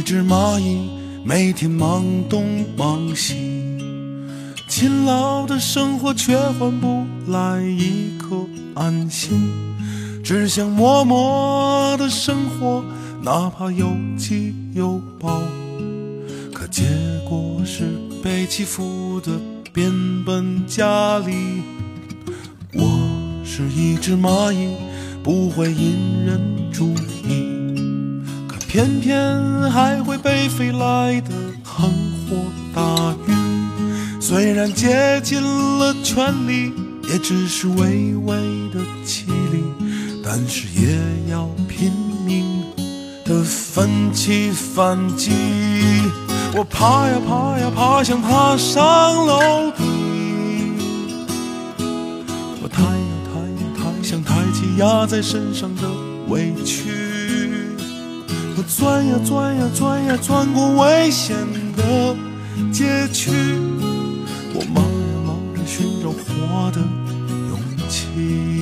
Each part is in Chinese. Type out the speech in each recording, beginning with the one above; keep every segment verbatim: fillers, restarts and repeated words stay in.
只蚂蚁，每天忙东忙西，勤劳的生活却换不来一颗安心。只想默默的生活，哪怕有饥有饱，可结果是被欺负的变本加厉。我是一只蚂蚁，不会引人注意，可偏偏还会被飞来的横祸打晕。虽然竭尽了全力，也只是微微的凄厉，但是也要拼命的奋起反击。我爬呀爬呀爬，想爬上楼梯，我抬呀抬呀抬，想抬起压在身上的委屈。我钻呀钻呀钻呀，钻过危险的街区。我忙呀忙着寻找活的勇气。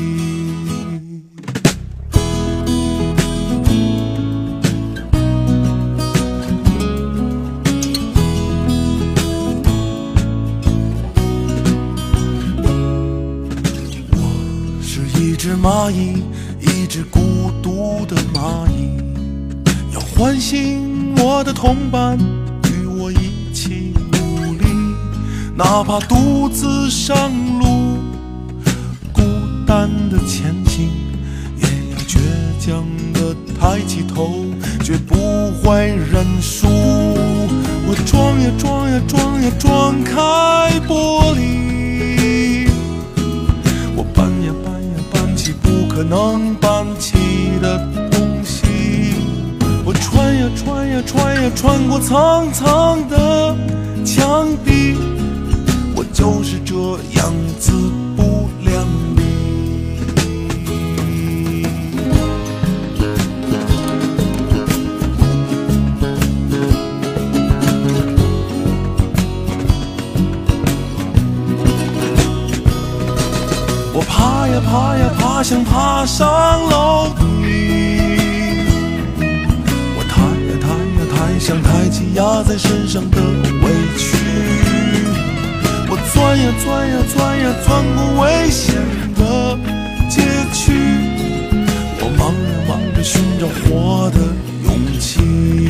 一只蚂蚁，一只孤独的蚂蚁，要唤醒我的同伴，与我一起努力。哪怕独自上路，孤单的前行，也要倔强的抬起头，绝不会认输。我撞呀撞呀撞呀撞开玻璃，我搬呀搬呀搬起不可能搬起的东西，我穿呀穿呀穿呀穿过层层的墙壁，我就是这样子不量力。我爬呀爬呀爬，想爬上楼梯，我抬呀抬呀抬，想抬起压在身上的委屈。我钻呀钻呀钻呀，钻过危险的街区。我忙呀忙着寻找活的勇气。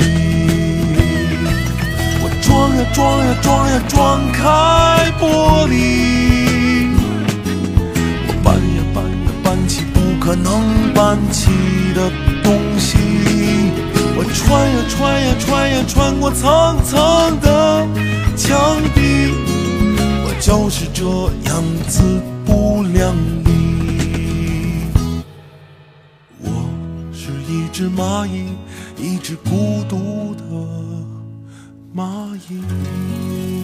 我撞呀撞呀撞呀撞开玻璃，搬呀搬呀搬起不可能搬起的东西，我穿呀穿呀穿呀穿过层层的墙壁，我就是这样子不量力。我是一只蚂蚁，一只孤独的蚂蚁。